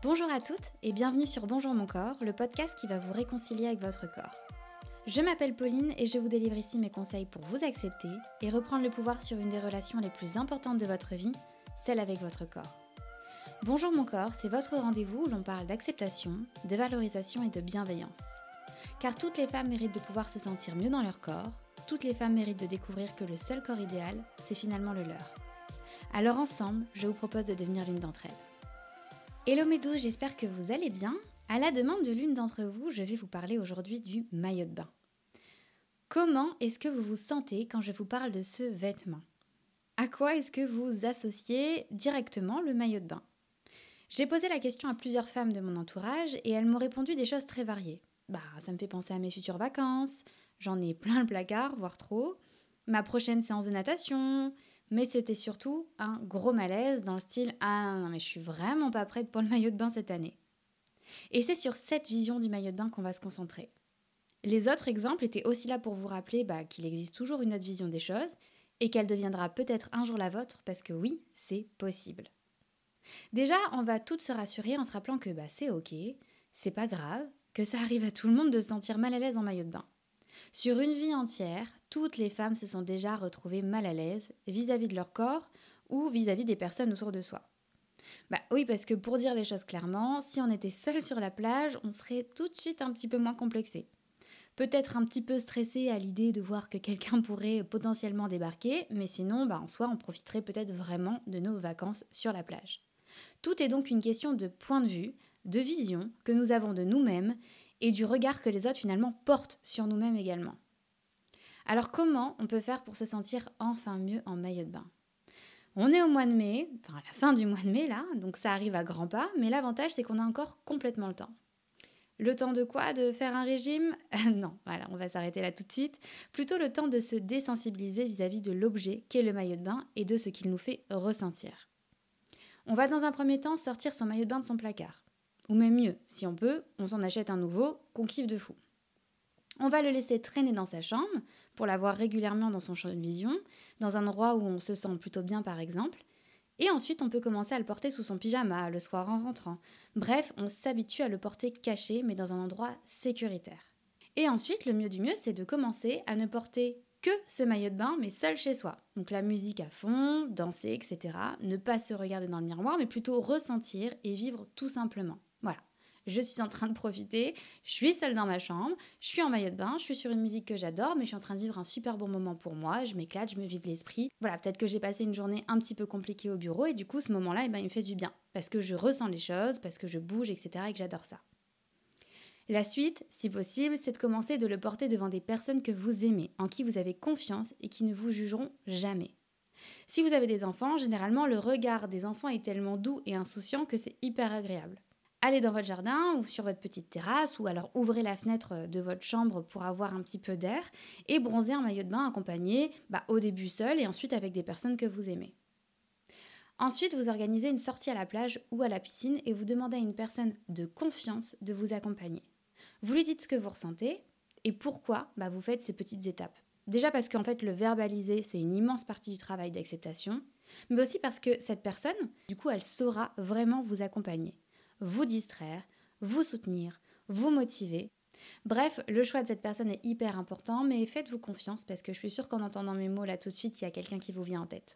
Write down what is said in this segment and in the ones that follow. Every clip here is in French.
Bonjour à toutes et bienvenue sur Bonjour mon corps, le podcast qui va vous réconcilier avec votre corps. Je m'appelle Pauline et je vous délivre ici mes conseils pour vous accepter et reprendre le pouvoir sur une des relations les plus importantes de votre vie, celle avec votre corps. Bonjour mon corps, c'est votre rendez-vous où l'on parle d'acceptation, de valorisation et de bienveillance. Car toutes les femmes méritent de pouvoir se sentir mieux dans leur corps, toutes les femmes méritent de découvrir que le seul corps idéal, c'est finalement le leur. Alors ensemble, je vous propose de devenir l'une d'entre elles. Hello mes douces, j'espère que vous allez bien. À la demande de l'une d'entre vous, je vais vous parler aujourd'hui du maillot de bain. Comment est-ce que vous vous sentez quand je vous parle de ce vêtement ? À quoi est-ce que vous associez directement le maillot de bain ? J'ai posé la question à plusieurs femmes de mon entourage et elles m'ont répondu des choses très variées. Ça me fait penser à mes futures vacances, j'en ai plein le placard, voire trop, ma prochaine séance de natation, mais c'était surtout un gros malaise dans le style « Ah non, mais je suis vraiment pas prête pour le maillot de bain cette année ». Et c'est sur cette vision du maillot de bain qu'on va se concentrer. Les autres exemples étaient aussi là pour vous rappeler qu'il existe toujours une autre vision des choses et qu'elle deviendra peut-être un jour la vôtre parce que oui, c'est possible. Déjà, on va toutes se rassurer en se rappelant que c'est ok, c'est pas grave, que ça arrive à tout le monde de se sentir mal à l'aise en maillot de bain. Sur une vie entière, toutes les femmes se sont déjà retrouvées mal à l'aise vis-à-vis de leur corps ou vis-à-vis des personnes autour de soi. Oui, parce que pour dire les choses clairement, si on était seul sur la plage, on serait tout de suite un petit peu moins complexé. Peut-être un petit peu stressé à l'idée de voir que quelqu'un pourrait potentiellement débarquer, mais sinon, en soi, on profiterait peut-être vraiment de nos vacances sur la plage. Tout est donc une question de point de vue, de vision que nous avons de nous-mêmes et du regard que les autres finalement portent sur nous-mêmes également. Alors comment on peut faire pour se sentir enfin mieux en maillot de bain ? On est au mois de mai, à la fin du mois de mai là, donc ça arrive à grands pas, mais l'avantage c'est qu'on a encore complètement le temps. Le temps de quoi ? De faire un régime ? Non, voilà, on va s'arrêter là tout de suite. Plutôt le temps de se désensibiliser vis-à-vis de l'objet qu'est le maillot de bain et de ce qu'il nous fait ressentir. On va dans un premier temps sortir son maillot de bain de son placard. Ou même mieux, si on peut, on s'en achète un nouveau qu'on kiffe de fou. On va le laisser traîner dans sa chambre pour l'avoir régulièrement dans son champ de vision, dans un endroit où on se sent plutôt bien par exemple. Et ensuite, on peut commencer à le porter sous son pyjama, le soir en rentrant. Bref, on s'habitue à le porter caché, mais dans un endroit sécuritaire. Et ensuite, le mieux du mieux, c'est de commencer à ne porter que ce maillot de bain, mais seul chez soi. Donc la musique à fond, danser, etc. Ne pas se regarder dans le miroir, mais plutôt ressentir et vivre tout simplement. Voilà. Je suis en train de profiter, je suis seule dans ma chambre, je suis en maillot de bain, je suis sur une musique que j'adore, mais je suis en train de vivre un super bon moment pour moi, je m'éclate, je me vive l'esprit. Voilà, peut-être que j'ai passé une journée un petit peu compliquée au bureau et du coup, ce moment-là, il me fait du bien. Parce que je ressens les choses, parce que je bouge, etc. et que j'adore ça. La suite, si possible, c'est de commencer de le porter devant des personnes que vous aimez, en qui vous avez confiance et qui ne vous jugeront jamais. Si vous avez des enfants, généralement, le regard des enfants est tellement doux et insouciant que c'est hyper agréable. Allez dans votre jardin ou sur votre petite terrasse ou alors ouvrez la fenêtre de votre chambre pour avoir un petit peu d'air et bronzez en maillot de bain accompagné au début seul et ensuite avec des personnes que vous aimez. Ensuite, vous organisez une sortie à la plage ou à la piscine et vous demandez à une personne de confiance de vous accompagner. Vous lui dites ce que vous ressentez et pourquoi vous faites ces petites étapes. Déjà parce qu'en fait, le verbaliser, c'est une immense partie du travail d'acceptation, mais aussi parce que cette personne, du coup, elle saura vraiment vous accompagner, vous distraire, vous soutenir, vous motiver. Bref, le choix de cette personne est hyper important, mais faites-vous confiance parce que je suis sûre qu'en entendant mes mots là tout de suite, il y a quelqu'un qui vous vient en tête.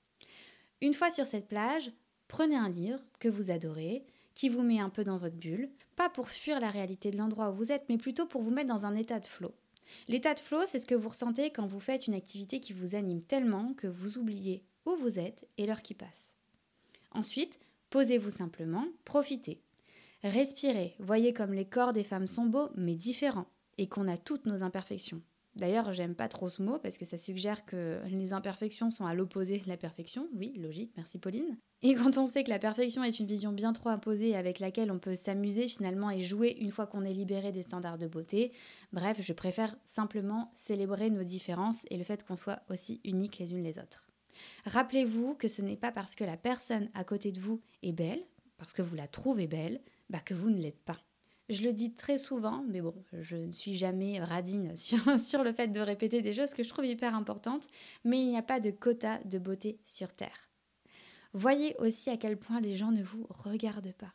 Une fois sur cette plage, prenez un livre que vous adorez, qui vous met un peu dans votre bulle, pas pour fuir la réalité de l'endroit où vous êtes, mais plutôt pour vous mettre dans un état de flow. L'état de flow, c'est ce que vous ressentez quand vous faites une activité qui vous anime tellement que vous oubliez où vous êtes et l'heure qui passe. Ensuite, posez-vous simplement, profitez. Respirez, voyez comme les corps des femmes sont beaux, mais différents, et qu'on a toutes nos imperfections. D'ailleurs, j'aime pas trop ce mot parce que ça suggère que les imperfections sont à l'opposé de la perfection. Oui, logique, merci Pauline. Et quand on sait que la perfection est une vision bien trop imposée avec laquelle on peut s'amuser finalement et jouer une fois qu'on est libéré des standards de beauté, bref, je préfère simplement célébrer nos différences et le fait qu'on soit aussi uniques les unes les autres. Rappelez-vous que ce n'est pas parce que la personne à côté de vous est belle, parce que vous la trouvez belle, que vous ne l'êtes pas. Je le dis très souvent, mais bon, je ne suis jamais radine sur le fait de répéter des choses que je trouve hyper importantes, mais il n'y a pas de quota de beauté sur Terre. Voyez aussi à quel point les gens ne vous regardent pas.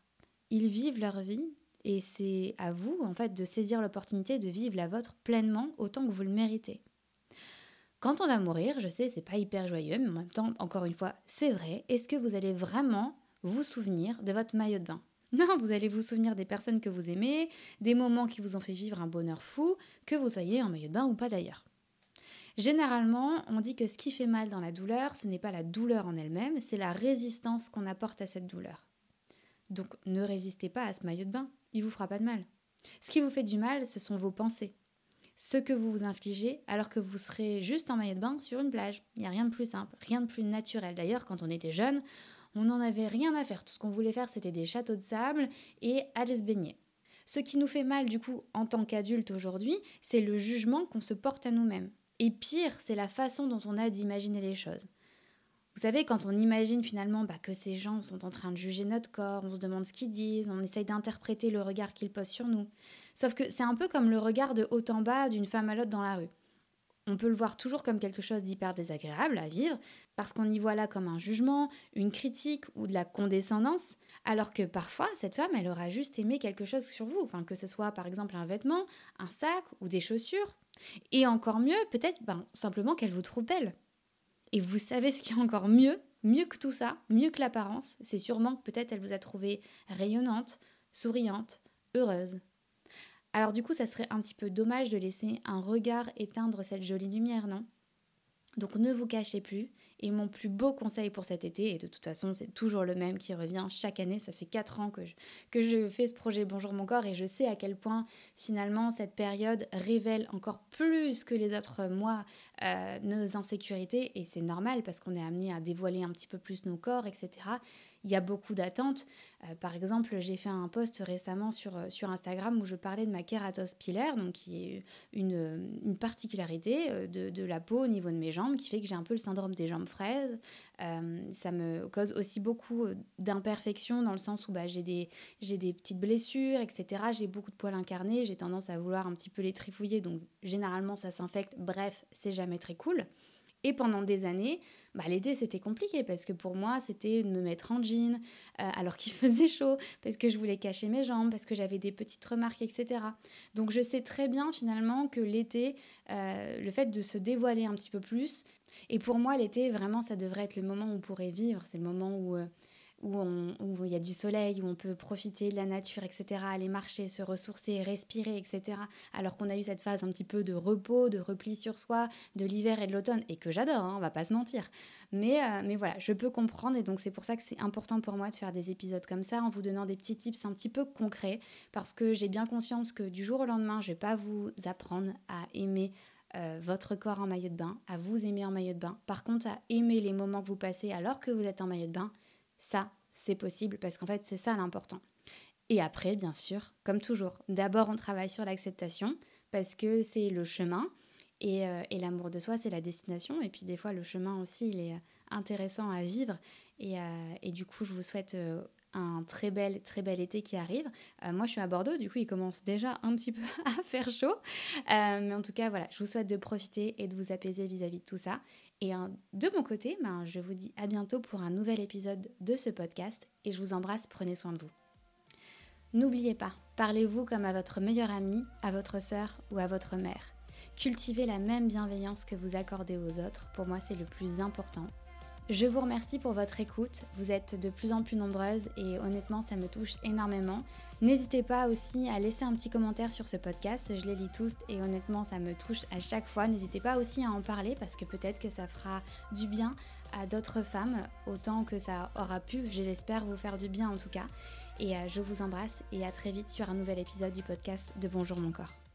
ils vivent leur vie et c'est à vous en fait de saisir l'opportunité de vivre la vôtre pleinement autant que vous le méritez. Quand on va mourir, je sais, c'est pas hyper joyeux, mais en même temps, encore une fois, c'est vrai. Est-ce que vous allez vraiment vous souvenir de votre maillot de bain ? Non, vous allez vous souvenir des personnes que vous aimez, des moments qui vous ont fait vivre un bonheur fou, que vous soyez en maillot de bain ou pas d'ailleurs. Généralement, on dit que ce qui fait mal dans la douleur, ce n'est pas la douleur en elle-même, c'est la résistance qu'on apporte à cette douleur. Donc ne résistez pas à ce maillot de bain, il vous fera pas de mal. Ce qui vous fait du mal, ce sont vos pensées. Ce que vous vous infligez alors que vous serez juste en maillot de bain sur une plage. Il n'y a rien de plus simple, rien de plus naturel. D'ailleurs, quand on était jeune, on n'en avait rien à faire. Tout ce qu'on voulait faire, c'était des châteaux de sable et aller se baigner. Ce qui nous fait mal, du coup, en tant qu'adulte aujourd'hui, c'est le jugement qu'on se porte à nous-mêmes. Et pire, c'est la façon dont on a d'imaginer les choses. Vous savez, quand on imagine finalement que ces gens sont en train de juger notre corps, on se demande ce qu'ils disent, on essaye d'interpréter le regard qu'ils posent sur nous. Sauf que c'est un peu comme le regard de haut en bas d'une femme à l'autre dans la rue. On peut le voir toujours comme quelque chose d'hyper désagréable à vivre, parce qu'on y voit là comme un jugement, une critique ou de la condescendance, alors que parfois, cette femme, elle aura juste aimé quelque chose sur vous, que ce soit par exemple un vêtement, un sac ou des chaussures. Et encore mieux, peut-être simplement qu'elle vous trouve belle. Et vous savez ce qui est encore mieux que tout ça, mieux que l'apparence, c'est sûrement que peut-être elle vous a trouvée rayonnante, souriante, heureuse. Alors du coup, ça serait un petit peu dommage de laisser un regard éteindre cette jolie lumière, non ? Donc ne vous cachez plus. Et mon plus beau conseil pour cet été, et de toute façon c'est toujours le même qui revient chaque année, ça fait 4 ans que je fais ce projet Bonjour mon corps et je sais à quel point finalement cette période révèle encore plus que les autres mois nos insécurités, et c'est normal parce qu'on est amené à dévoiler un petit peu plus nos corps, etc. Il y a beaucoup d'attentes. Par exemple, j'ai fait un post récemment sur Instagram où je parlais de ma kératose pilaire, donc qui est une particularité de la peau au niveau de mes jambes, qui fait que j'ai un peu le syndrome des jambes fraises. Ça me cause aussi beaucoup d'imperfections dans le sens où j'ai des petites blessures, etc. J'ai beaucoup de poils incarnés, j'ai tendance à vouloir un petit peu les trifouiller, donc généralement ça s'infecte. Bref, c'est jamais très cool. Et pendant des années, l'été c'était compliqué parce que pour moi c'était de me mettre en jean alors qu'il faisait chaud, parce que je voulais cacher mes jambes, parce que j'avais des petites remarques, etc. Donc je sais très bien finalement que l'été, le fait de se dévoiler un petit peu plus, et pour moi l'été vraiment ça devrait être le moment où on pourrait vivre, c'est le moment où il y a du soleil, où on peut profiter de la nature, etc., aller marcher, se ressourcer, respirer, etc., alors qu'on a eu cette phase un petit peu de repos, de repli sur soi, de l'hiver et de l'automne, et que j'adore, on va pas se mentir. Mais voilà, je peux comprendre, et donc c'est pour ça que c'est important pour moi de faire des épisodes comme ça, en vous donnant des petits tips un petit peu concrets, parce que j'ai bien conscience que du jour au lendemain, je vais pas vous apprendre à aimer votre corps en maillot de bain, à vous aimer en maillot de bain. Par contre, à aimer les moments que vous passez alors que vous êtes en maillot de bain, ça, c'est possible parce qu'en fait, c'est ça l'important. Et après, bien sûr, comme toujours, d'abord on travaille sur l'acceptation parce que c'est le chemin et l'amour de soi, c'est la destination. Et puis des fois, le chemin aussi, il est intéressant à vivre. Et du coup, je vous souhaite un très bel été qui arrive. Moi, je suis à Bordeaux, du coup, il commence déjà un petit peu à faire chaud. Mais en tout cas, voilà, je vous souhaite de profiter et de vous apaiser vis-à-vis de tout ça. Et de mon côté, je vous dis à bientôt pour un nouvel épisode de ce podcast et je vous embrasse, prenez soin de vous. N'oubliez pas, parlez-vous comme à votre meilleure amie, à votre sœur ou à votre mère. Cultivez la même bienveillance que vous accordez aux autres, pour moi c'est le plus important. Je vous remercie pour votre écoute, vous êtes de plus en plus nombreuses et honnêtement ça me touche énormément. N'hésitez pas aussi à laisser un petit commentaire sur ce podcast, je les lis tous et honnêtement ça me touche à chaque fois. N'hésitez pas aussi à en parler parce que peut-être que ça fera du bien à d'autres femmes, autant que ça aura pu, je l'espère, vous faire du bien en tout cas. Et je vous embrasse et à très vite sur un nouvel épisode du podcast de Bonjour mon corps.